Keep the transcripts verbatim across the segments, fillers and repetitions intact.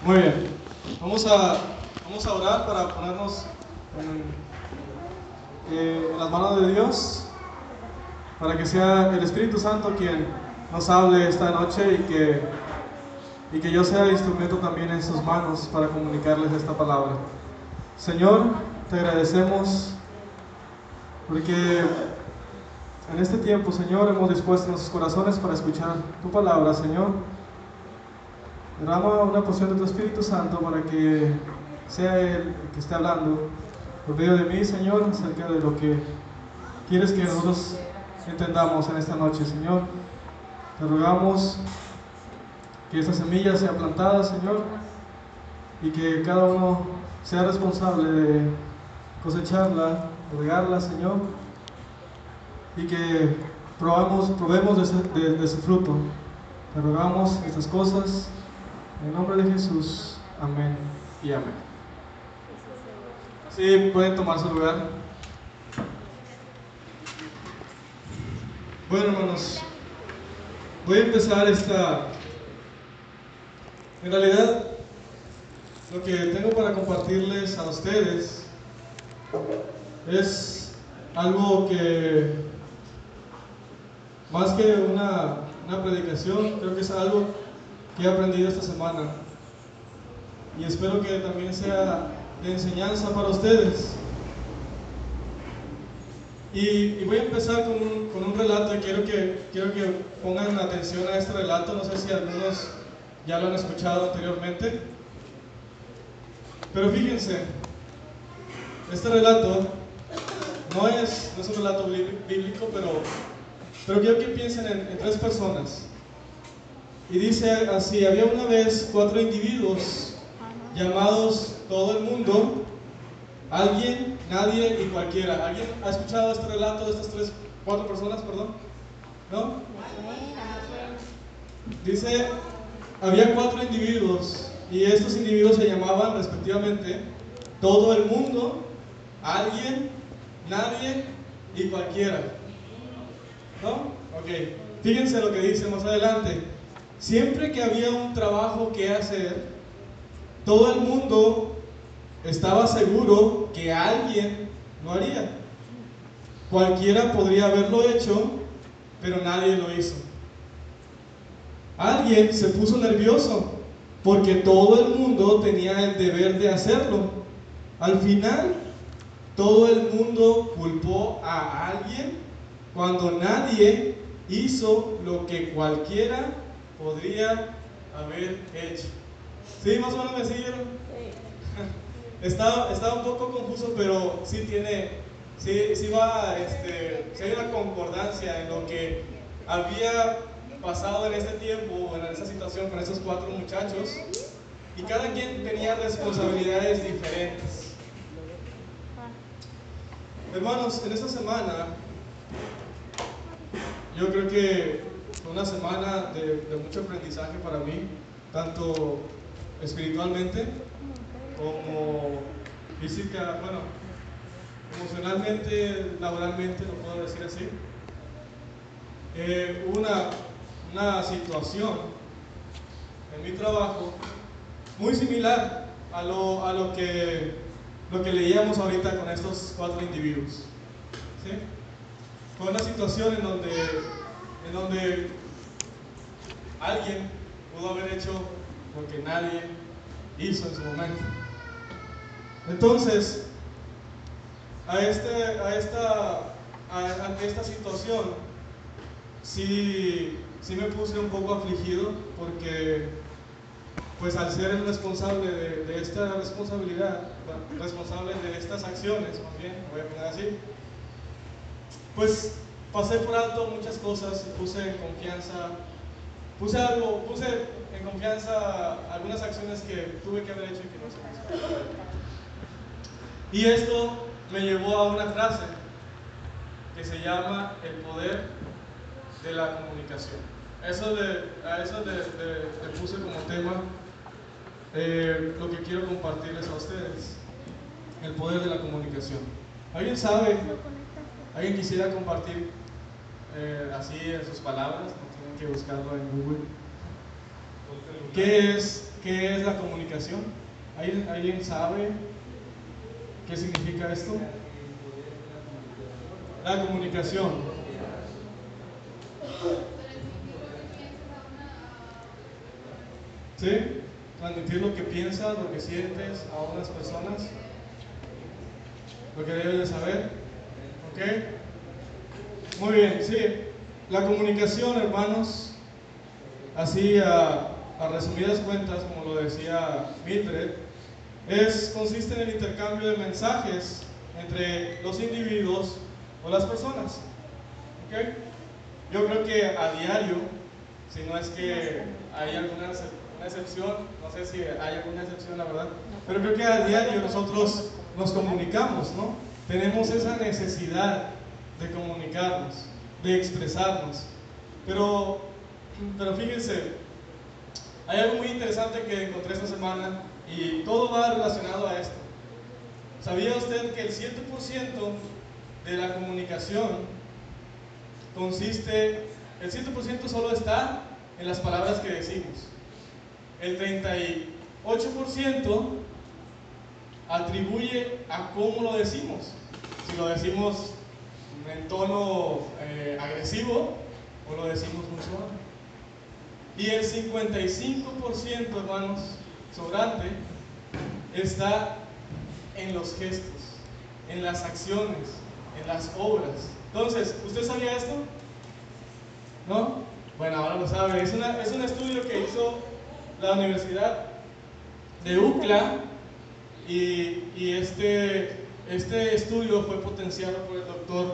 Muy bien, vamos a, vamos a orar para ponernos en, eh, en las manos de Dios, para que sea el Espíritu Santo quien nos hable esta noche y que, y que yo sea el instrumento también en sus manos para comunicarles esta palabra. Señor, te agradecemos porque en este tiempo, Señor, hemos dispuesto nuestros corazones para escuchar tu palabra, Señor. Derrama una porción de tu Espíritu Santo para que sea Él el que esté hablando por medio de mí, Señor, acerca de lo que quieres que nosotros entendamos en esta noche, Señor. Te rogamos que esta semilla sea plantada, Señor, y que cada uno sea responsable de cosecharla, de regarla, Señor, y que probamos, probemos de, ese, de, de su fruto. Te rogamos estas cosas en el nombre de Jesús. Amén y amén. Sí, pueden tomar su lugar. Bueno, hermanos, voy a empezar esta... En realidad, lo que tengo para compartirles a ustedes es algo que, más que una, una predicación, creo que es algo que he aprendido esta semana. Y espero que también sea de enseñanza para ustedes. Y, y voy a empezar con un, con un relato y quiero que, quiero que pongan atención a este relato. No sé si algunos ya lo han escuchado anteriormente. Pero fíjense, este relato no es, no es un relato bíblico, pero, pero quiero que piensen en, en tres personas. Y dice así: había una vez cuatro individuos llamados todo el mundo, alguien, nadie y cualquiera. ¿Alguien ha escuchado este relato de estas tres, cuatro personas, perdón? ¿No? Dice, había cuatro individuos y estos individuos se llamaban respectivamente todo el mundo, alguien, nadie y cualquiera. ¿No? Ok. Fíjense lo que dice más adelante. Siempre que había un trabajo que hacer, todo el mundo estaba seguro que alguien lo haría. Cualquiera podría haberlo hecho, pero nadie lo hizo. Alguien se puso nervioso porque todo el mundo tenía el deber de hacerlo. Al final, todo el mundo culpó a alguien cuando nadie hizo lo que cualquiera podría haber hecho. ¿Sí? ¿Más o menos me siguieron? Sí. Está, está un poco confuso, pero sí tiene, sí, sí va, este, sí hay una concordancia en lo que había pasado en este tiempo, en esta situación con esos cuatro muchachos, y cada quien tenía responsabilidades diferentes. Hermanos, en esta semana, yo creo que fue una semana de, de mucho aprendizaje para mí, tanto espiritualmente como física, bueno, emocionalmente, laboralmente, lo puedo decir así. Eh, una, una situación en mi trabajo muy similar a lo, a lo que, lo que leíamos ahorita con estos cuatro individuos. ¿Sí? Fue una situación en donde, en donde alguien pudo haber hecho lo que nadie hizo en su momento. Entonces, a, este, a esta, a, ante esta situación, sí, sí me puse un poco afligido porque, pues al ser el responsable de, de esta responsabilidad, responsable de estas acciones, más bien, voy a poner así, pues pasé por alto muchas cosas y puse en confianza, puse algo, puse en confianza algunas acciones que tuve que haber hecho y que no se pusieron. Y esto me llevó a una frase que se llama el poder de la comunicación. Eso de, a eso le de, de, de puse como tema eh, lo que quiero compartirles a ustedes, el poder de la comunicación. ¿Alguien sabe? ¿Alguien quisiera compartir eh, así en sus palabras? No tienen que buscarlo en Google. ¿Qué es qué es la comunicación? ¿Alguien, ¿Alguien sabe qué significa esto? La comunicación. ¿Sí? Transmitir lo que piensas, lo que sientes a otras personas, lo que debes de saber. ¿Ok? Muy bien, sí. La comunicación, hermanos, así a, a resumidas cuentas, como lo decía Mildred, es, consiste en el intercambio de mensajes entre los individuos o las personas. ¿Ok? Yo creo que a diario, si no es que hay alguna una excepción, no sé si hay alguna excepción, la verdad, pero creo que a diario nosotros nos comunicamos, ¿no? Tenemos esa necesidad de comunicarnos, de expresarnos. Pero, pero fíjense, hay algo muy interesante que encontré esta semana y todo va relacionado a esto. ¿Sabía usted que el siete por ciento de la comunicación consiste, el siete por ciento solo está en las palabras que decimos? El treinta y ocho por ciento atribuye a cómo lo decimos. Si lo decimos en tono eh, agresivo o lo decimos muy suave. Y el cincuenta y cinco por ciento, hermanos, sobrante, está en los gestos, en las acciones, en las obras. Entonces, ¿usted sabía esto? ¿No? Bueno, ahora lo sabe. Es, una, es un estudio que hizo la Universidad de U C L A y, y este, este estudio fue potenciado por el doctor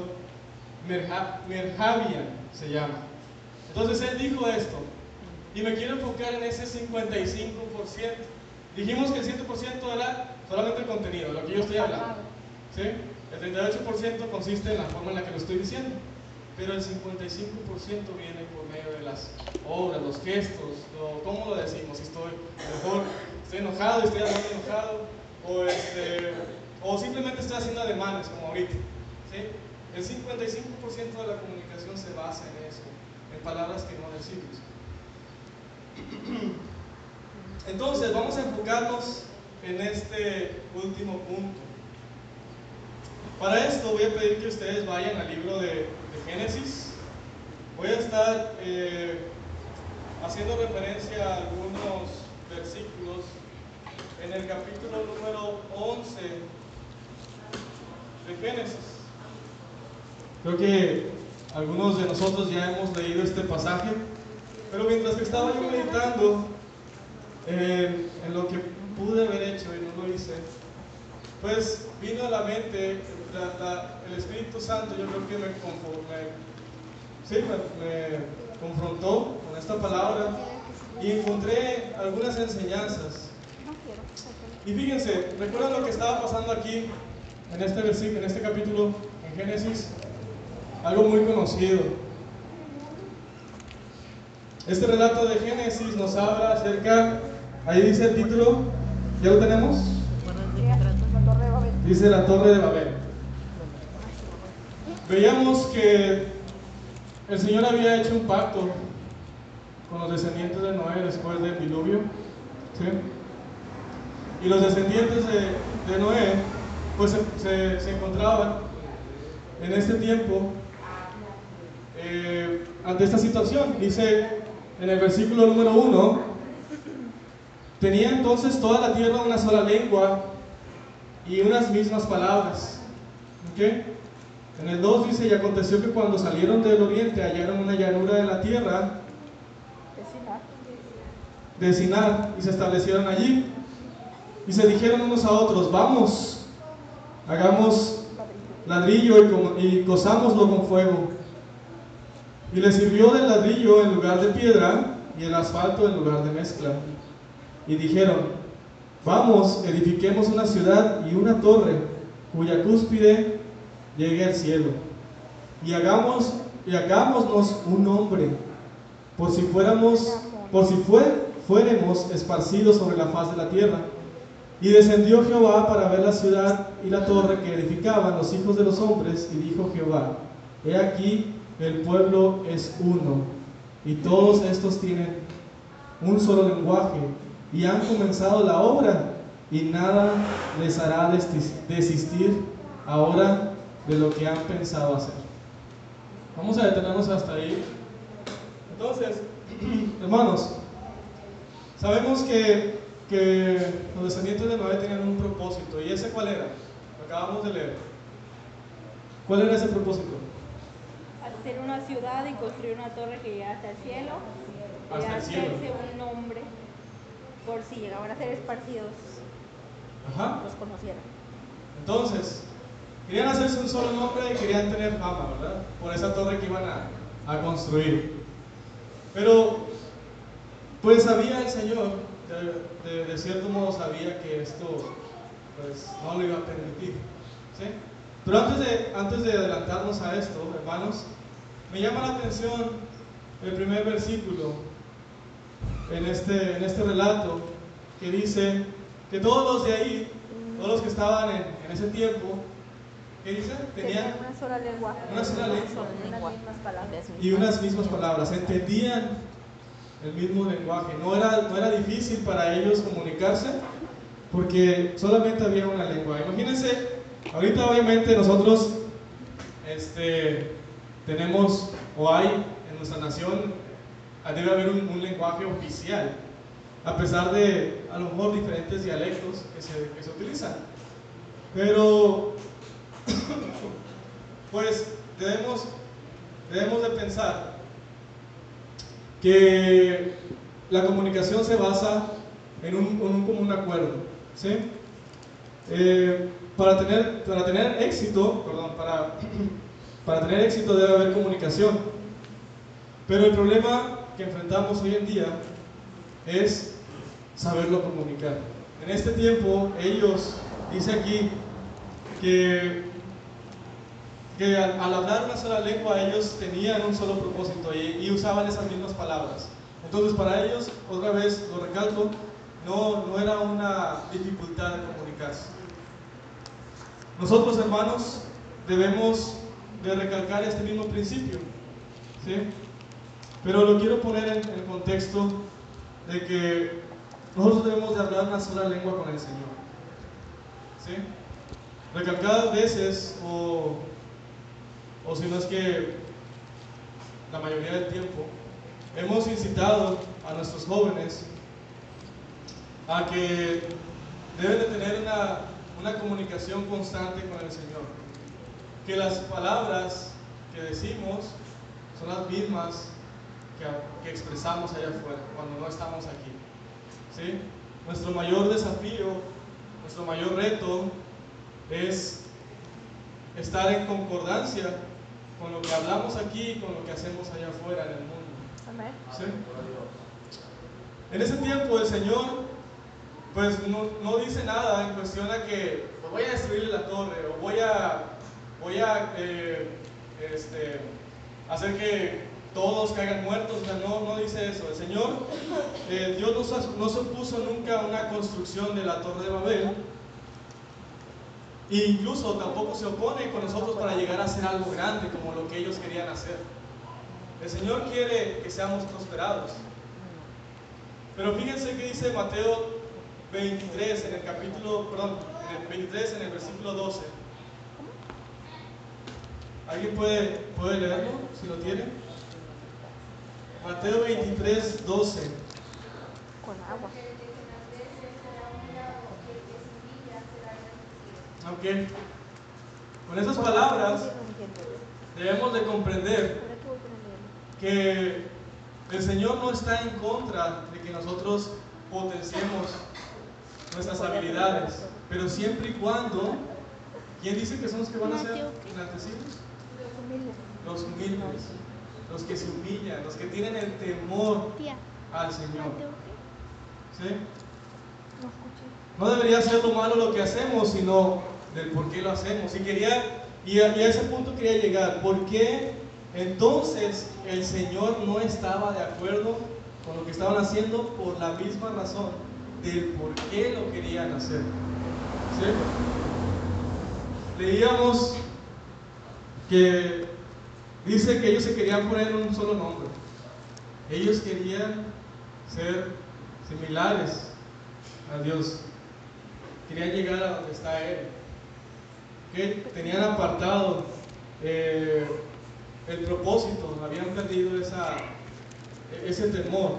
Merhabian, se llama. Entonces él dijo esto, y me quiero enfocar en ese cincuenta y cinco por ciento. Dijimos que el siete por ciento era solamente el contenido, lo que yo estoy hablando, ¿sí? El treinta y ocho por ciento consiste en la forma en la que lo estoy diciendo, pero el cincuenta y cinco por ciento viene por medio de las obras, los gestos, lo, cómo lo decimos. Si estoy, mejor estoy enojado y estoy hablando enojado, o, este, o simplemente estoy haciendo ademanes como ahorita, ¿sí? El cincuenta y cinco por ciento de la comunicación se basa en eso, en palabras que no decimos. Entonces vamos a enfocarnos en este último punto. Para esto voy a pedir que ustedes vayan al libro de, de Génesis. Voy a estar eh, haciendo referencia a algunos versículos en el capítulo número once de Génesis. Creo que algunos de nosotros ya hemos leído este pasaje, pero mientras que estaba yo meditando en, en lo que pude haber hecho y no lo hice, pues vino a la mente la, la, el Espíritu Santo. Yo creo que me, me, sí, me, me confrontó con esta palabra y encontré algunas enseñanzas. Y fíjense, ¿recuerdan lo que estaba pasando aquí en este versículo, en este capítulo en Génesis? Algo muy conocido. Este relato de Génesis nos habla acerca, ahí dice el título, ¿ya lo tenemos? Dice la Torre de Babel. Veíamos que el Señor había hecho un pacto con los descendientes de Noé después del diluvio, ¿sí? Y los descendientes de, de Noé pues se, se, se encontraban en este tiempo eh, ante esta situación. Dice en el versículo número uno: tenía entonces toda la tierra una sola lengua y unas mismas palabras. ¿Okay? En el dos dice: y aconteció que cuando salieron del oriente hallaron una llanura de la tierra de Sinar y se establecieron allí. Y se dijeron unos a otros: vamos, hagamos ladrillo y, y cozámoslo con fuego. Y les sirvió del ladrillo en lugar de piedra y el asfalto en lugar de mezcla. Y dijeron: vamos, edifiquemos una ciudad y una torre cuya cúspide llegue al cielo, y hagamos y hagámonos un nombre, por si fuéramos, por si fue, fuéremos esparcidos sobre la faz de la tierra. Y descendió Jehová para ver la ciudad y la torre que edificaban los hijos de los hombres, y dijo Jehová: he aquí, el pueblo es uno, y todos estos tienen un solo lenguaje, y han comenzado la obra, y nada les hará desistir ahora de lo que han pensado hacer. Vamos a detenernos hasta ahí. Entonces, hermanos, sabemos que, que los descendientes de Noé tenían un propósito. ¿Y ese cuál era? Lo acabamos de leer. ¿Cuál era ese propósito? Hacer una ciudad y construir una torre que llegara hasta el cielo, Hasta y el cielo. hacerse un nombre por si llegaban a ser esparcidos, Ajá. los conocieran. Entonces, querían hacerse un solo nombre y querían tener fama, ¿verdad? Por esa torre que iban a, a construir. Pero, pues sabía el Señor, de, de, de cierto modo sabía que esto, pues, no lo iba a permitir, ¿sí? Pero antes de, antes de adelantarnos a esto, hermanos, me llama la atención el primer versículo en este, en este relato, que dice que todos los de ahí, todos los que estaban en, en ese tiempo, ¿qué dice? Tenían una sola lengua, una sola lengua unas mismas palabras. y unas mismas palabras, entendían el mismo lenguaje. No era, no era difícil para ellos comunicarse, porque solamente había una lengua. Imagínense, ahorita obviamente nosotros este, tenemos, o hay en nuestra nación, debe haber un, un lenguaje oficial, a pesar de a lo mejor diferentes dialectos que se, que se utilizan. Pero, pues debemos, debemos de pensar que la comunicación se basa en un, en un común acuerdo, ¿sí? Eh, para, tener, para tener éxito, perdón, para, para tener éxito debe haber comunicación. Pero el problema que enfrentamos hoy en día es saberlo comunicar. En este tiempo, ellos, dice aquí, que, que al, al hablar una sola lengua, ellos tenían un solo propósito y, y usaban esas mismas palabras. Entonces, para ellos, otra vez lo recalco, no, no era una dificultad de comunicarse. Nosotros, hermanos, debemos de recalcar este mismo principio, ¿sí? Pero lo quiero poner en el contexto de que nosotros debemos de hablar una sola lengua con el Señor, ¿sí? Recalcadas veces, o, o si no es que la mayoría del tiempo, hemos incitado a nuestros jóvenes a que deben de tener una, una comunicación constante con el Señor, que las palabras que decimos son las mismas que, que expresamos allá afuera cuando no estamos aquí, ¿sí? Nuestro mayor desafío, nuestro mayor reto es estar en concordancia con lo que hablamos aquí y con lo que hacemos allá afuera en el mundo. Amén. ¿Sí? En ese tiempo el Señor pues no, no dice nada en cuestión a que pues, voy a destruirle la torre o voy a, voy a eh, este, hacer que todos caigan muertos. O sea, no, no dice eso. El Señor, eh, Dios no, no se opuso nunca a una construcción de la torre de Babel, e incluso tampoco se opone con nosotros para llegar a hacer algo grande como lo que ellos querían hacer. El Señor quiere que seamos prosperados. Pero fíjense que dice Mateo veintitrés en el capítulo, perdón, en el veintitrés en el versículo doce. ¿Alguien puede, puede leerlo si lo tiene? Mateo veintitrés, doce. Con agua. Ok. Con esas palabras debemos de comprender que el Señor no está en contra de que nosotros potenciemos nuestras habilidades, pero siempre y cuando, ¿quién dice que son los que van a ser enaltecidos? Los humildes, los que se humillan, los que tienen el temor al Señor, ¿sí? No debería ser lo malo lo que hacemos, sino del por qué lo hacemos. Y quería, y a, y a ese punto quería llegar. ¿Por qué entonces el Señor no estaba de acuerdo con lo que estaban haciendo? Por la misma razón del por qué lo querían hacer, ¿sí? Leíamos que dice que ellos se querían poner un solo nombre. Ellos querían ser similares a Dios, querían llegar a donde está Él, que tenían apartado eh, el propósito, habían perdido esa, ese temor.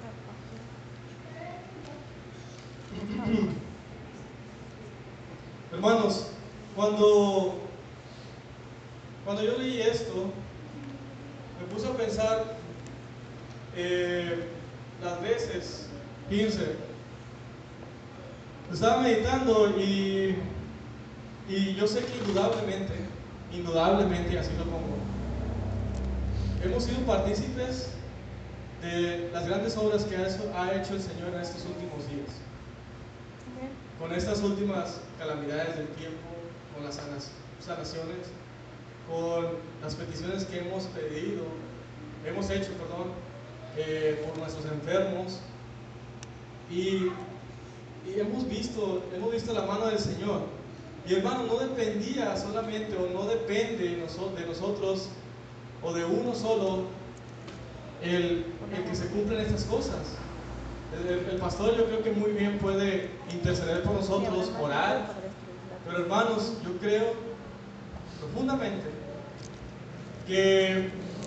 Hermanos, cuando, cuando yo leí esto, me puse a pensar eh, las veces, fíjense, estaba meditando y, y yo sé que indudablemente, indudablemente, y así lo pongo, hemos sido partícipes de las grandes obras que ha hecho el Señor en estos últimos días. Con estas últimas calamidades del tiempo, con las sanaciones, con las peticiones que hemos pedido, hemos hecho, perdón, eh, por nuestros enfermos, y, y hemos visto, hemos visto la mano del Señor. Y hermano, no dependía solamente, o no depende de nosotros, o de uno solo, el, el que se cumplan estas cosas. El, el pastor yo creo que muy bien puede interceder por nosotros, orar, pero hermanos, yo creo profundamente que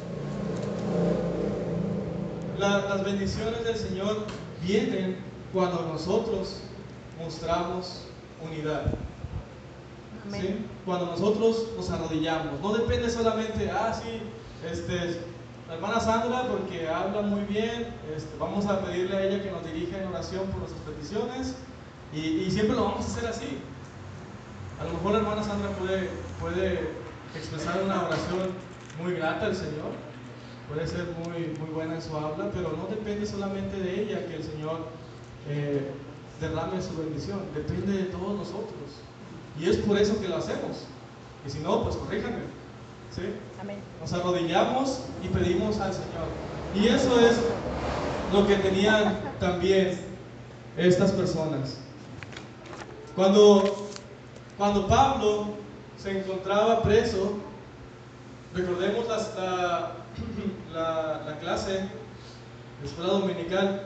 la, las bendiciones del Señor vienen cuando nosotros mostramos unidad. ¿Sí? Cuando nosotros nos arrodillamos, no depende solamente, ah, sí, este, la hermana Sandra, porque habla muy bien, este, vamos a pedirle a ella que nos dirija en oración por nuestras peticiones, y, y siempre lo vamos a hacer así. A lo mejor la hermana Sandra puede, puede expresar una oración muy grata al Señor, puede ser muy, muy buena en su habla, pero no depende solamente de ella que el Señor eh, derrame su bendición, depende de todos nosotros. Y es por eso que lo hacemos. Y si no, pues corríjanme. ¿Sí? Amén. Nos arrodillamos y pedimos al Señor. Y eso es lo que tenían también estas personas. Cuando, cuando Pablo se encontraba preso, recordemos la, la, la, la clase de escuela dominical.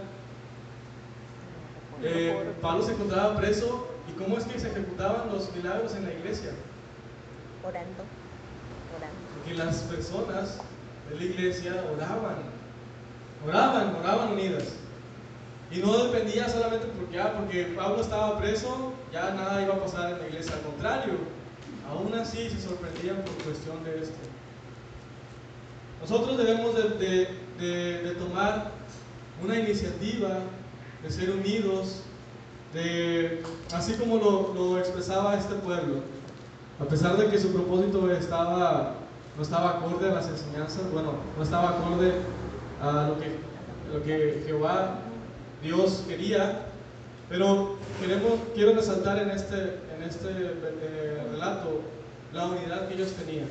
Eh, Pablo se encontraba preso. ¿Y cómo es que se ejecutaban los milagros en la iglesia? Orando, orando. Porque las personas de la iglesia oraban, oraban, oraban unidas. Y no dependía solamente porque, ah, porque Pablo estaba preso, ya nada iba a pasar en la iglesia. Al contrario, aún así se sorprendían por cuestión de esto. Nosotros debemos de, de, de, de tomar una iniciativa de ser unidos, de, así como lo, lo expresaba este pueblo, a pesar de que su propósito estaba, no estaba acorde a las enseñanzas, bueno, no estaba acorde a lo que, a lo que Jehová, Dios quería, pero queremos, quiero resaltar en este, en este eh, relato la unidad que ellos tenían.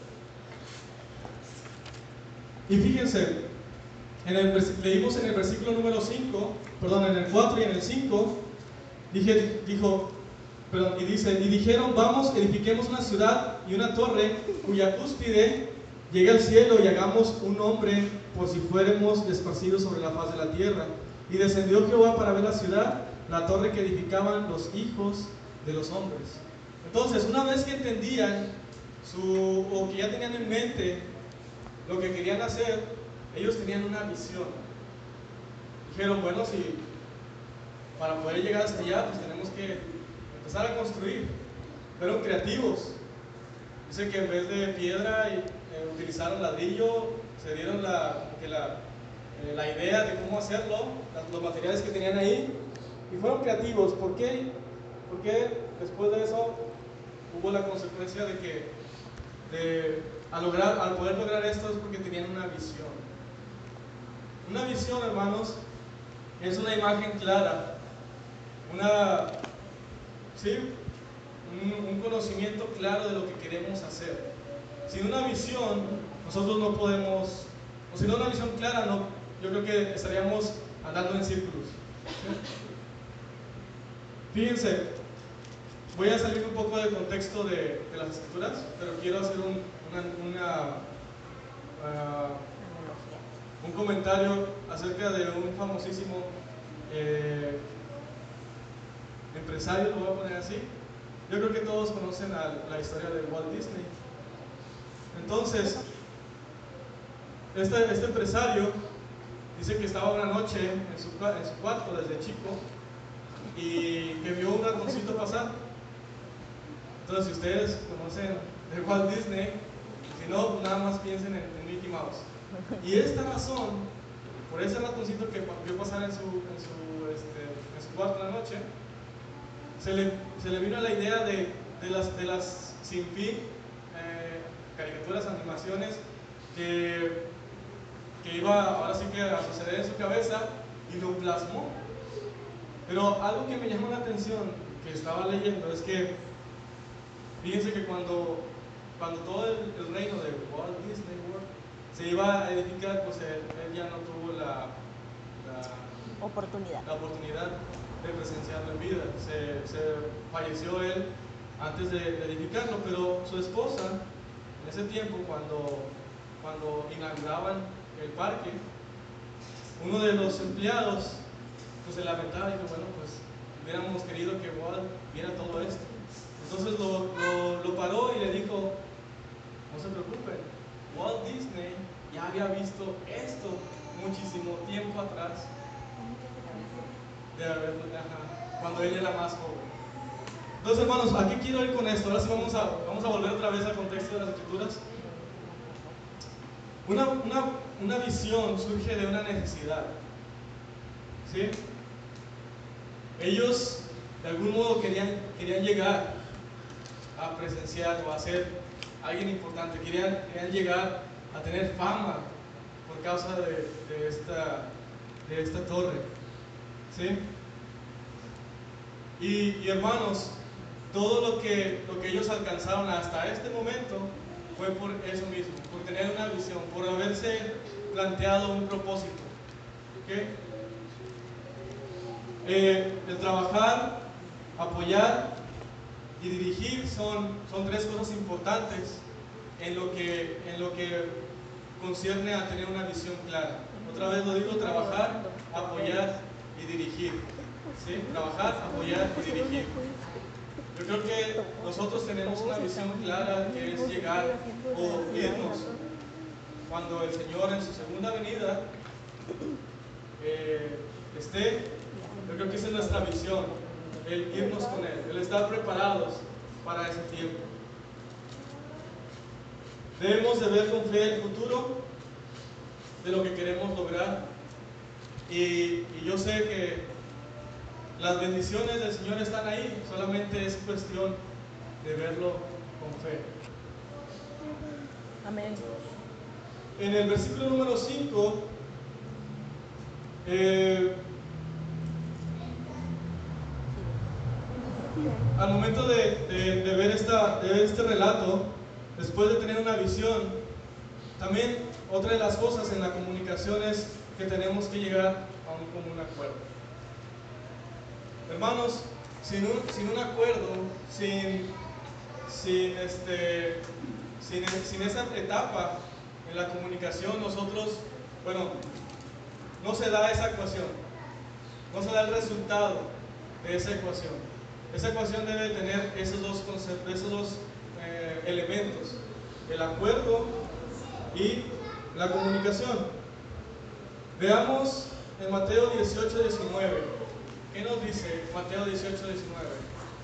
Y fíjense, en el, leímos en el versículo número cinco, perdón, en el cuatro y en el cinco, Dije, dijo, perdón, y dice, y dijeron, vamos, edifiquemos una ciudad y una torre cuya cúspide llegue al cielo y hagamos un nombre por si fuéramos esparcidos sobre la faz de la tierra. Y descendió Jehová para ver la ciudad, la torre que edificaban los hijos de los hombres. Entonces, una vez que entendían su, o que ya tenían en mente lo que querían hacer, ellos tenían una visión. Dijeron, bueno, si para poder llegar hasta allá, pues tenemos que empezar a construir. Fueron creativos. Dice que en vez de piedra eh, utilizaron ladrillo, se dieron la, que la, eh, la idea de cómo hacerlo, las, los materiales que tenían ahí, y fueron creativos. ¿Por qué? Porque después de eso hubo la consecuencia de que de, al, lograr, al poder lograr esto es porque tenían una visión. Una visión, hermanos, es una imagen clara, una, ¿sí? un, un conocimiento claro de lo que queremos hacer. Sin una visión, nosotros no podemos, o sin una visión clara, no, yo creo que estaríamos andando en círculos. ¿Sí? Fíjense, voy a salir un poco del contexto de, de las escrituras, pero quiero hacer un, una, una, uh, un comentario acerca de un famosísimo eh, empresario, lo voy a poner así. Yo creo que todos conocen a la historia de Walt Disney. Entonces, este, este empresario dice que estaba una noche en su, en su cuarto desde chico y que vio un ratoncito pasar. Entonces, si ustedes conocen de Walt Disney, si no, nada más piensen en, en Mickey Mouse. Y esta razón, por ese ratoncito que vio pasar en su, en su, este, en su cuarto una noche, se le, se le vino la idea de, de, las, de las sin fin eh, caricaturas, animaciones que, que iba ahora sí que a suceder en su cabeza, y lo plasmó. Pero algo que me llamó la atención que estaba leyendo es que fíjense que cuando, cuando todo el, el reino de Walt Disney World se iba a edificar, pues él, él ya no tuvo la, la, Oportunidad. la oportunidad de presenciarlo en vida. Se, se falleció él antes de, de edificarlo, pero su esposa, en ese tiempo, cuando, cuando inauguraban el parque, uno de los empleados pues se lamentaba y dijo, bueno, pues hubiéramos querido que Walt viera todo esto. Entonces lo, lo, lo paró y le dijo, no se preocupen, Walt Disney ya había visto esto muchísimo tiempo atrás, de haber, ajá, cuando él era más joven. Entonces, hermanos, ¿a qué quiero ir con esto? Ahora sí vamos a, vamos a volver otra vez al contexto de las Escrituras. Una, una, una visión surge de una necesidad, ¿sí? Ellos de algún modo querían, querían llegar a presenciar o a ser alguien importante, querían, querían llegar a tener fama por causa de, de, esta, de esta torre, ¿sí? Y, y hermanos, todo lo que, lo que ellos alcanzaron hasta este momento fue por eso mismo, por tener una visión, por haberse planteado un propósito, ¿okay? Eh, el trabajar, apoyar y dirigir son, son tres cosas importantes en lo, que, en lo que concierne a tener una visión clara. Otra vez lo digo, trabajar, apoyar y dirigir, ¿sí? Trabajar, apoyar y dirigir. Yo creo que nosotros tenemos una visión clara, que es llegar o irnos cuando el Señor en su segunda venida eh, esté. Yo creo que esa es nuestra visión, el irnos con Él, el estar preparados para ese tiempo. Debemos de ver con fe el futuro de lo que queremos lograr, y, y yo sé que las bendiciones del Señor están ahí, solamente es cuestión de verlo con fe. Amén. En el versículo número cinco, eh, al momento de, de, de ver esta, de ver este relato, después de tener una visión, también otra de las cosas en la comunicación es que tenemos que llegar a un común acuerdo. Hermanos, sin un, sin un acuerdo, sin, sin, este, sin, sin esa etapa en la comunicación, nosotros, bueno, no se da esa ecuación, no se da el resultado de esa ecuación. Esa ecuación debe tener esos dos conceptos, esos dos eh, elementos, el acuerdo y la comunicación. Veamos en Mateo dieciocho, diecinueve. ¿Qué nos dice Mateo dieciocho, diecinueve?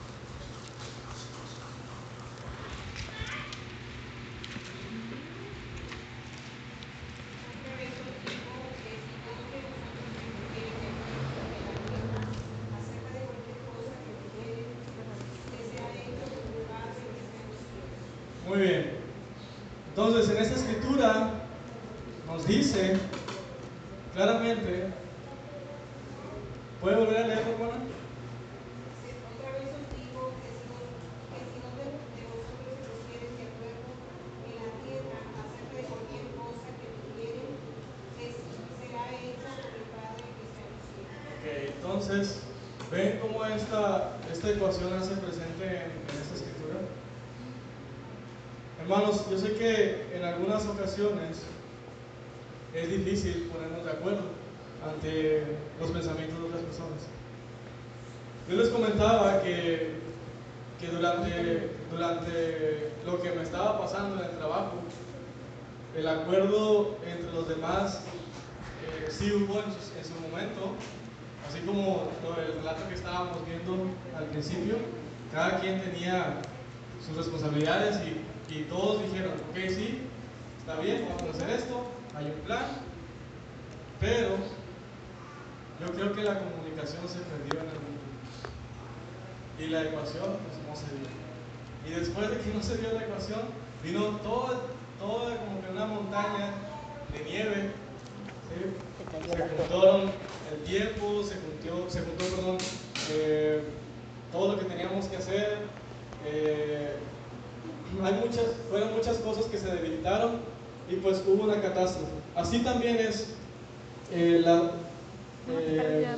Muy bien. Entonces, en esta escritura nos dice claramente, ¿puede volver a leer, hermana? Otra vez os digo que si no, que si no de, de vosotros se pusieren de acuerdo en la tierra acerca de cualquier cosa que pidieren, es, será hecha por el Padre que está en los cielos. Ok, entonces, ¿ven cómo esta, esta ecuación hace presente en, en esta escritura? Hermanos, yo sé que en algunas ocasiones es difícil ponernos de acuerdo ante los pensamientos de otras personas. Yo les comentaba que, que durante, durante lo que me estaba pasando en el trabajo, el acuerdo entre los demás eh, sí hubo en su, en su momento, así como lo, el relato que estábamos viendo al principio. Cada quien tenía sus responsabilidades y, y todos dijeron, ok, sí, está bien, vamos a hacer esto, hay un plan, pero yo creo que la comunicación se perdió en algún punto y la ecuación pues no se dio. Y después de que no se dio la ecuación, vino toda, toda como que una montaña de nieve, ¿sí? Se juntaron el tiempo, se juntó, se juntó perdón, eh, todo lo que teníamos que hacer. Eh, hay muchas, fueron muchas cosas que se debilitaron y pues hubo una catástrofe. Así también es eh, la, eh,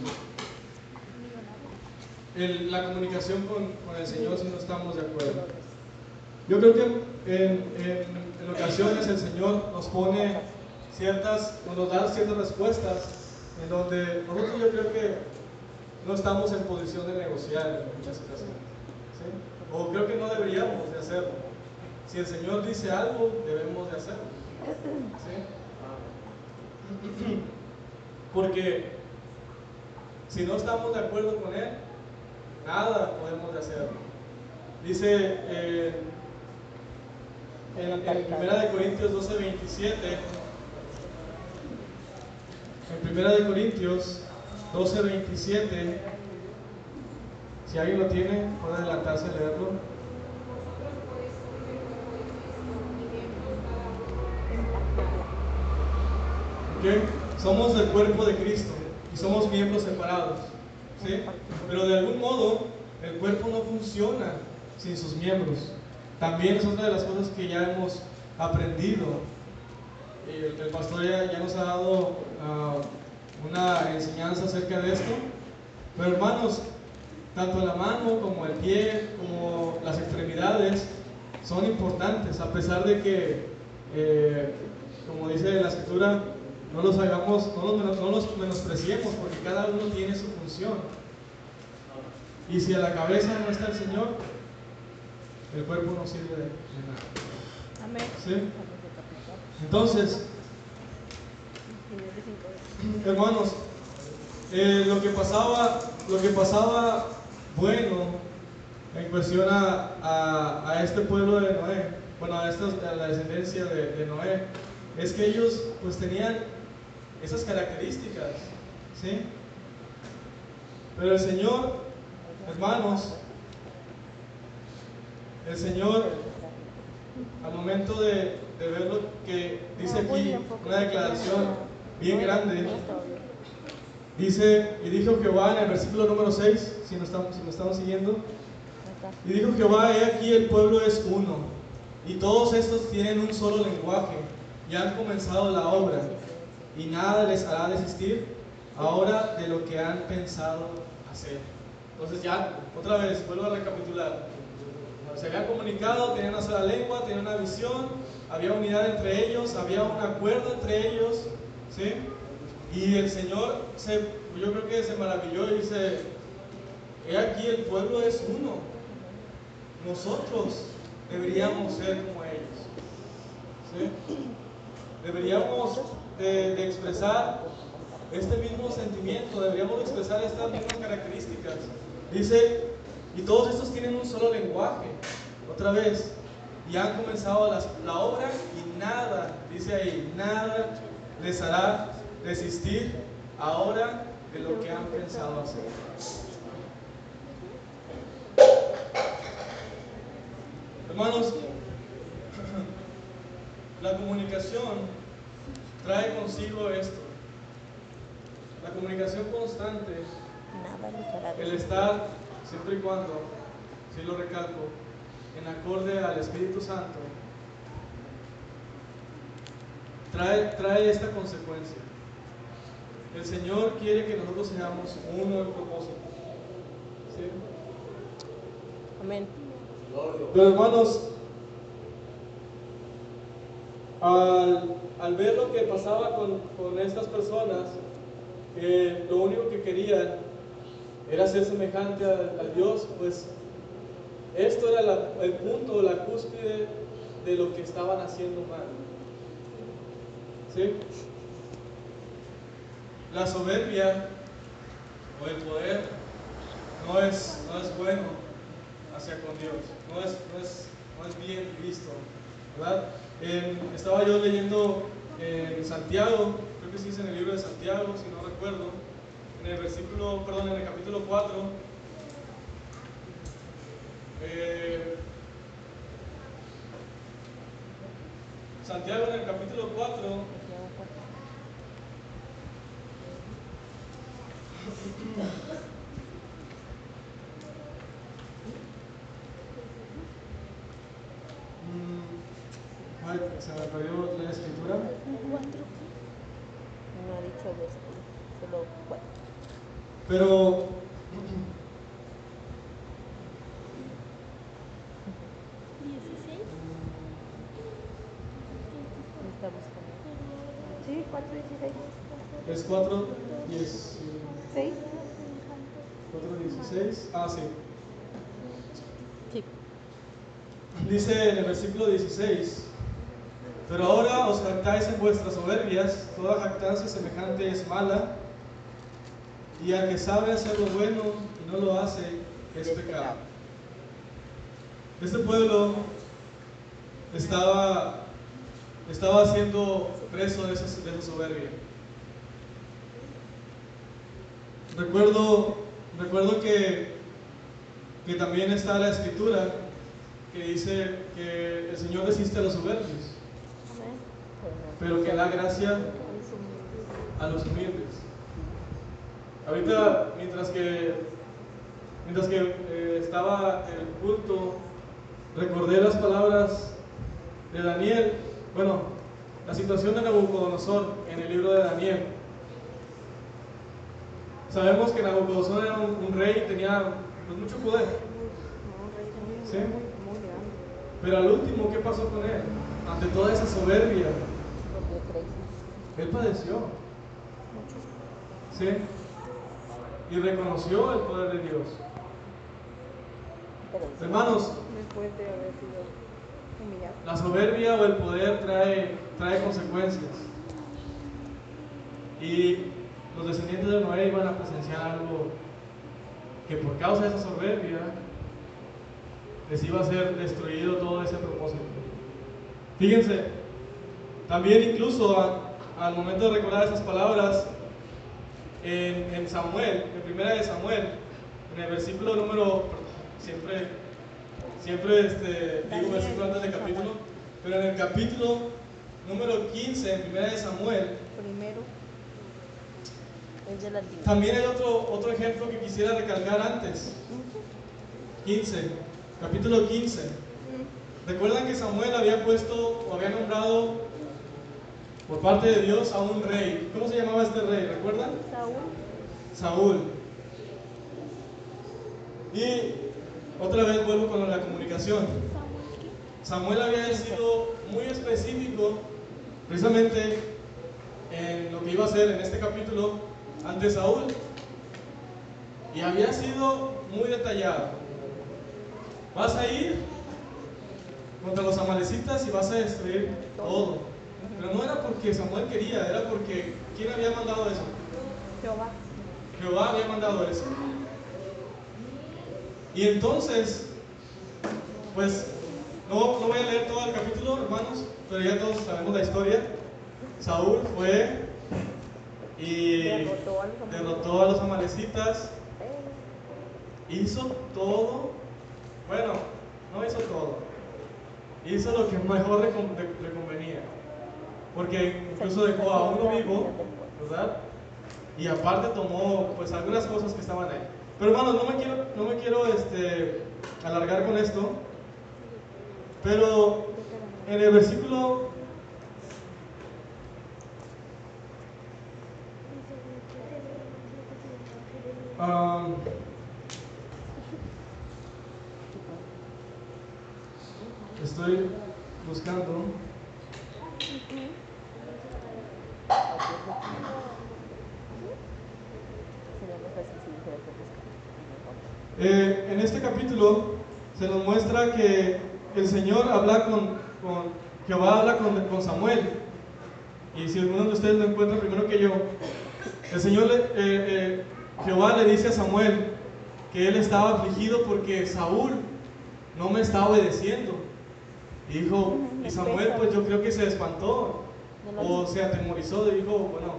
el, la comunicación con, con el Señor si no estamos de acuerdo. Yo creo que en, en, en ocasiones el Señor nos pone ciertas, nos da ciertas respuestas en donde nosotros yo creo que no estamos en posición de negociar en muchas ocasiones, ¿sí? O creo que no deberíamos de hacerlo. Si el Señor dice algo, debemos de hacerlo, ¿sí? Porque si no estamos de acuerdo con Él, nada podemos de hacerlo. Dice eh, en, en primera de Corintios doce veintisiete, en primera de Corintios doce veintisiete, si alguien lo tiene, puede adelantarse a leerlo. ¿Okay? Somos el cuerpo de Cristo y somos miembros separados, ¿sí? Pero de algún modo el cuerpo no funciona sin sus miembros. También es otra de las cosas que ya hemos aprendido. El, el pastor ya, ya nos ha dado uh, una enseñanza acerca de esto. Pero hermanos, tanto la mano como el pie, como las extremidades son importantes, a pesar de que, eh, como dice la Escritura, no los hagamos, no los, no los menospreciemos, porque cada uno tiene su función. Y si a la cabeza no está el Señor, el cuerpo no sirve de, de nada. Amén. ¿Sí? Entonces, hermanos, eh, lo que pasaba, lo que pasaba bueno en cuestión a, a, a este pueblo de Noé, bueno, a, esta, a la descendencia de, de Noé, es que ellos pues tenían esas características, ¿sí? Pero el Señor, hermanos, el Señor, al momento de, de ver lo que dice aquí, una declaración bien grande, dice, y dijo Jehová en el versículo número seis, si nos estamos, si nos estamos siguiendo, y dijo Jehová, he aquí el pueblo es uno, y todos estos tienen un solo lenguaje, y han comenzado la obra, y nada les hará desistir ahora de lo que han pensado hacer. Entonces ya, otra vez, vuelvo a recapitular. Se habían comunicado, tenían una sola lengua, tenían una visión, había unidad entre ellos, había un acuerdo entre ellos, ¿sí? Y el Señor, se, yo creo que se maravilló y dice, he aquí el pueblo es uno, nosotros deberíamos ser como ellos, ¿sí? Deberíamos de, de expresar este mismo sentimiento, deberíamos expresar estas mismas características. Dice, y todos estos tienen un solo lenguaje, otra vez, y han comenzado las, la obra y nada, dice ahí, nada les hará desistir ahora de lo que han pensado hacer. Hermanos, la comunicación trae consigo esto. La comunicación constante, el estar, siempre y cuando, si lo recalco, en acorde al Espíritu Santo, trae, trae esta consecuencia. El Señor quiere que nosotros seamos uno en propósito, ¿sí? Amén. Pero hermanos, al, al ver lo que pasaba con, con estas personas, eh, lo único que querían era ser semejante a, a Dios, pues esto era la, el punto, la cúspide de lo que estaban haciendo mal. ¿Sí? La soberbia o el poder no es, no es bueno hacia con Dios, no es, no es, no es bien visto, ¿verdad? En, estaba yo leyendo en Santiago, creo que sí es en el libro de Santiago, si no recuerdo, en el versículo, perdón, en el capítulo cuatro, eh, Santiago en el capítulo cuatro, mm, ay, se me perdió la escritura. No ha dicho versículo, solo cuatro. Pero dieciséis. Está buscando. Sí, cuatro dieciséis. es cuatro diez, ¿seis? cuatro dieciséis. Ah, sí. Sí. Dice en el versículo dieciséis: pero ahora os jactáis en vuestras soberbias, toda jactancia semejante es mala, y al que sabe hacer lo bueno y no lo hace, es pecado. Este pueblo estaba, estaba siendo preso de esa, de esa soberbia. Recuerdo, recuerdo que, que también está la escritura que dice que el Señor resiste a los soberbios, pero que da gracia a los humildes. Ahorita, mientras que, mientras que eh, estaba el culto, recordé las palabras de Daniel, bueno, la situación de Nabucodonosor en el libro de Daniel. Sabemos que Nabucodonosor era un, un rey, tenía pues, mucho poder, ¿sí? Pero al último, ¿qué pasó con él? Ante toda esa soberbia, él padeció, ¿sí? Y reconoció el poder de Dios. Hermanos, Después de haber sido humillado. la soberbia o el poder trae, trae consecuencias. Y los descendientes de Noé iban a presenciar algo que por causa de esa soberbia les iba a ser destruido todo ese propósito. Fíjense, también incluso a, al momento de recordar esas palabras, en, en Samuel, en primera de Samuel, en el versículo número, siempre, siempre este, digo versículo antes del capítulo, pero en el capítulo número quince, en primera de Samuel, Primero es de la tierra. también hay otro, otro ejemplo que quisiera recalcar antes. quince, capítulo quince. ¿Recuerdan que Samuel había puesto o había nombrado por parte de Dios a un rey? ¿Cómo se llamaba este rey? ¿Recuerdan? Saúl. Saúl. Y otra vez vuelvo con la comunicación. Samuel había sido muy específico precisamente en lo que iba a hacer en este capítulo ante Saúl, y había sido muy detallado. Vas a ir contra los amalecitas y vas a destruir todo. Pero no era porque Samuel quería, era porque ¿quién había mandado eso? Jehová. Jehová había mandado eso. Y entonces, pues, no, no voy a leer todo el capítulo, hermanos, pero ya todos sabemos la historia. Saúl fue y Derrotó a los amalecitas. derrotó a los amalecitas, hizo todo, bueno, no hizo todo, hizo lo que mejor le, le, le convenía, porque incluso dejó a uno vivo, ¿verdad? Y aparte tomó pues algunas cosas que estaban ahí. Pero hermanos, no me quiero, no me quiero este, alargar con esto, pero en el versículo um, estoy buscando. Sería más fácil si dijera que buscar. Eh, en este capítulo se nos muestra que el Señor habla con, con Jehová habla con, con Samuel. Y si alguno de ustedes lo encuentra primero que yo, el Señor, le, eh, eh, Jehová le dice a Samuel que él estaba afligido porque Saúl no me está obedeciendo. Y dijo, y Samuel pues yo creo que se espantó o se atemorizó y dijo, bueno,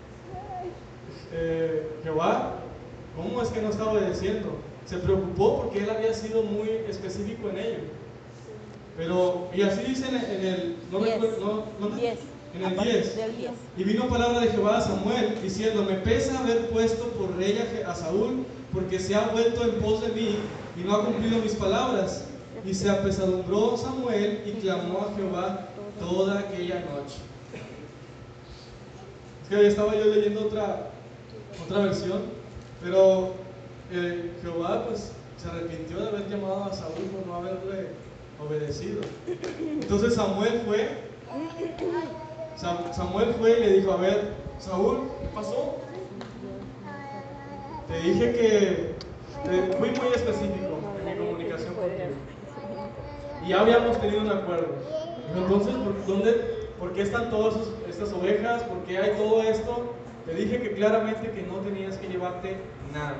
eh, Jehová, ¿cómo es que no está obedeciendo? Se preocupó porque él había sido muy específico en ello. Pero, y así dice en, en el, no diez, recuerdo, no, ¿dónde? diez, En el diez. del diez. Y vino palabra de Jehová a Samuel, diciendo, me pesa haber puesto por rey a, a Saúl, porque se ha vuelto en pos de mí, y no ha cumplido mis palabras. Y se apesadumbró Samuel, y clamó a Jehová toda aquella noche. Es que hoy estaba yo leyendo otra, otra versión, pero eh, Jehová pues se arrepintió de haber llamado a Saúl por no haberle obedecido. Entonces Samuel fue, Samuel fue y le dijo, a ver, Saúl, ¿qué pasó? Te dije que te fui muy específico en mi comunicación contigo. Y ya habíamos tenido un acuerdo. Entonces, ¿por, dónde, ¿por qué están todas estas ovejas? ¿Por qué hay todo esto? Te dije que claramente que no tenías que llevarte nada.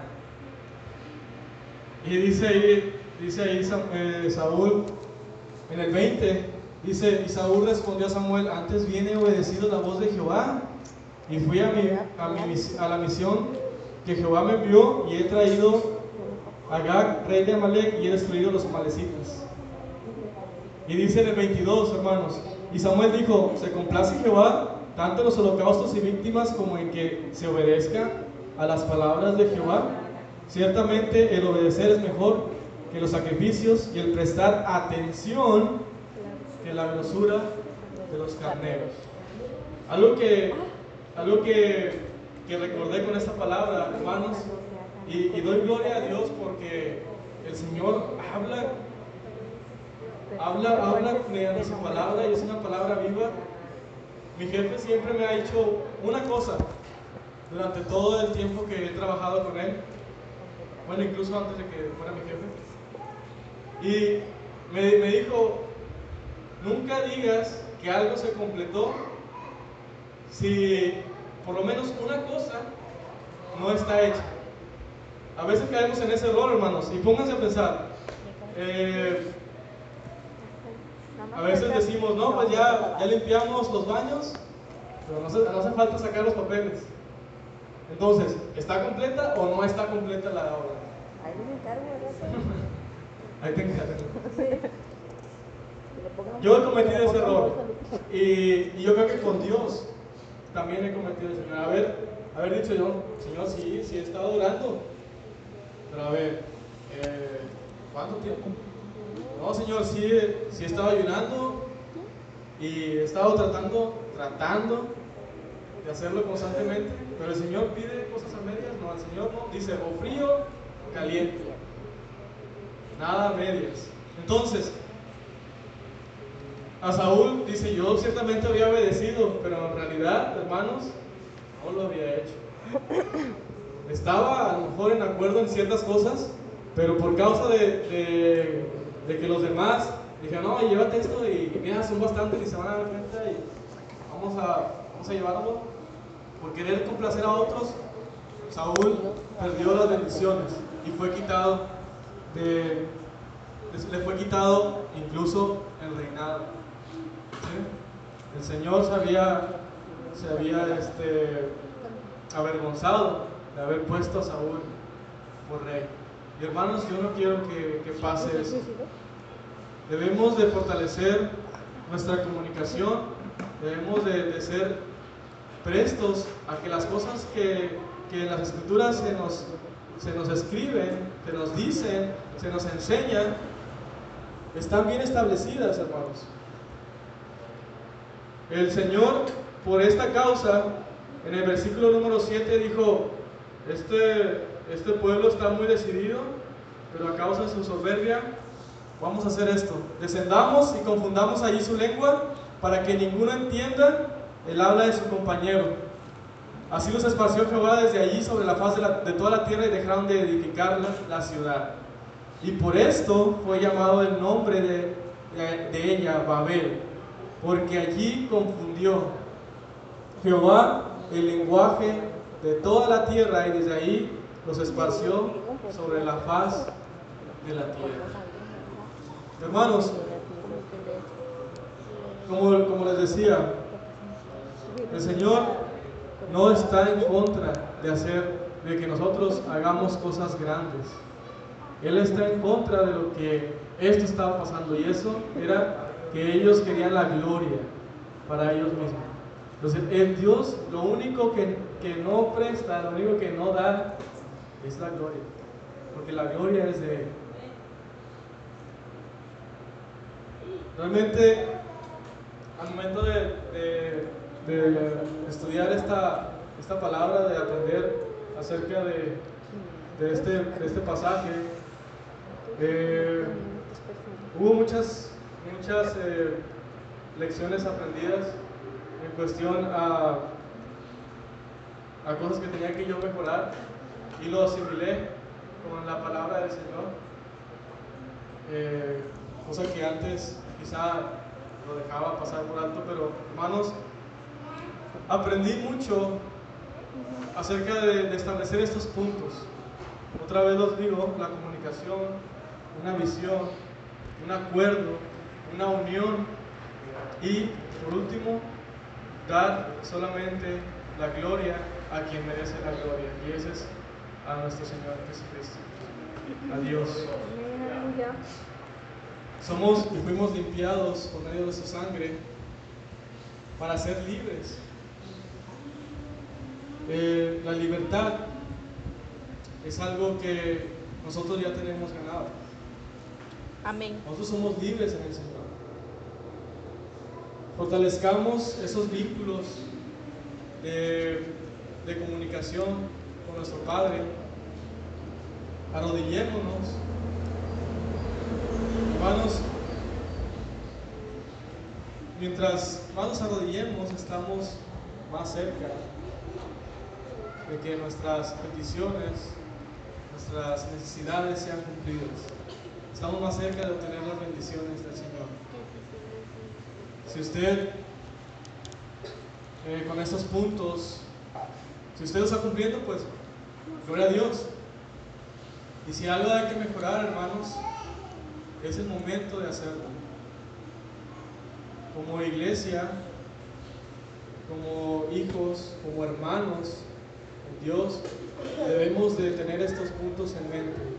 Y dice ahí, dice ahí eh, Saúl, en el veinte, dice, y Saúl respondió a Samuel, antes bien he obedecido la voz de Jehová, y fui a, mi, a, mi, a la misión que Jehová me envió, y he traído a Agag, rey de Amalek, y he destruido los amalecitas. Y dice en el veintidós, hermanos, y Samuel dijo, ¿se complace Jehová tanto en los holocaustos y víctimas como en que se obedezca a las palabras de Jehová? Ciertamente el obedecer es mejor que los sacrificios y el prestar atención que la grosura de los carneros. Algo que, algo que, que recordé con esta palabra, hermanos, y, y doy gloria a Dios porque el Señor habla, habla, habla mediante su palabra y es una palabra viva. Mi jefe siempre me ha dicho una cosa durante todo el tiempo que he trabajado con él, bueno, incluso antes de que fuera mi jefe, y me, me dijo, nunca digas que algo se completó si por lo menos una cosa no está hecha. A veces caemos en ese error, hermanos, y pónganse a pensar, eh, a veces decimos, no, pues ya, ya limpiamos los baños, pero no, se, no hace falta sacar los papeles. Entonces, ¿está completa o no está completa la obra? Ahí me encargo, ¿verdad? Ahí te encargo. Yo he cometido ese error. Y, y yo creo que con Dios también he cometido ese error. Haber, haber dicho yo, Señor, sí, sí he estado orando. Pero a ver, eh, ¿cuánto tiempo? No, Señor, sí, sí he estado ayunando y he estado tratando, tratando de hacerlo constantemente, pero el Señor pide cosas a medias. No, el Señor no, dice o frío o caliente, nada a medias. Entonces, a Saúl dice, yo ciertamente había obedecido, pero en realidad, hermanos, no lo había hecho. Estaba a lo mejor en acuerdo en ciertas cosas, pero por causa de, de, de que los demás dijeron, no, llévate esto y mira, son bastantes y se van a dar cuenta y vamos a, vamos a llevarlo. Por querer complacer a otros, Saúl perdió las bendiciones y fue quitado de, le fue quitado incluso el reinado. ¿Sí? El Señor se había, se había este, avergonzado de haber puesto a Saúl por rey. Y hermanos, yo no quiero que, que pase eso. Debemos de fortalecer nuestra comunicación, debemos de, de ser prestos a que las cosas que, que en las Escrituras se nos, se nos escriben, se nos dicen, se nos enseñan, están bien establecidas, hermanos. El Señor, por esta causa, en el versículo número siete dijo, este, este pueblo está muy decidido, pero a causa de su soberbia, vamos a hacer esto, descendamos y confundamos allí su lengua, para que ninguno entienda el habla de su compañero. Así los esparció Jehová desde allí sobre la faz de, la, de toda la tierra y dejaron de edificar la, la ciudad. Y por esto fue llamado el nombre de, de, de ella Babel, porque allí confundió Jehová el lenguaje de toda la tierra y desde ahí los esparció sobre la faz de la tierra. Hermanos, como, como les decía, el Señor no está en contra de hacer, de que nosotros hagamos cosas grandes. Él está en contra de lo que esto estaba pasando, y eso era que ellos querían la gloria para ellos mismos. Entonces, el Dios lo único que, que no presta, lo único que no da es la gloria, porque la gloria es de Él. Realmente, al momento de, de, de estudiar esta, esta palabra, de aprender acerca de, de, este, de este pasaje, eh, hubo muchas, muchas eh, lecciones aprendidas en cuestión a, a cosas que tenía que yo mejorar, y lo asimilé con la palabra del Señor, eh, cosa que antes quizá lo dejaba pasar por alto. Pero hermanos, aprendí mucho acerca de, de establecer estos puntos. Otra vez los digo: la comunicación, una visión, un acuerdo, una unión, y por último, dar solamente la gloria a quien merece la gloria, y ese es a nuestro Señor Jesucristo, a Dios. Somos y fuimos limpiados por medio de su sangre para ser libres. Eh, la libertad es algo que nosotros ya tenemos ganado. Amén. Nosotros somos libres en el Señor. Fortalezcamos esos vínculos de, de comunicación con nuestro Padre. Arrodillémonos. Hermanos, mientras más nos arrodillemos, estamos más cerca de que nuestras peticiones, nuestras necesidades sean cumplidas. Estamos más cerca de obtener las bendiciones del Señor. Si usted, eh, con estos puntos, si usted los está cumpliendo, pues gloria a Dios. Y si algo hay que mejorar, hermanos, es el momento de hacerlo. Como iglesia, como hijos, como hermanos en Dios, debemos de tener estos puntos en mente.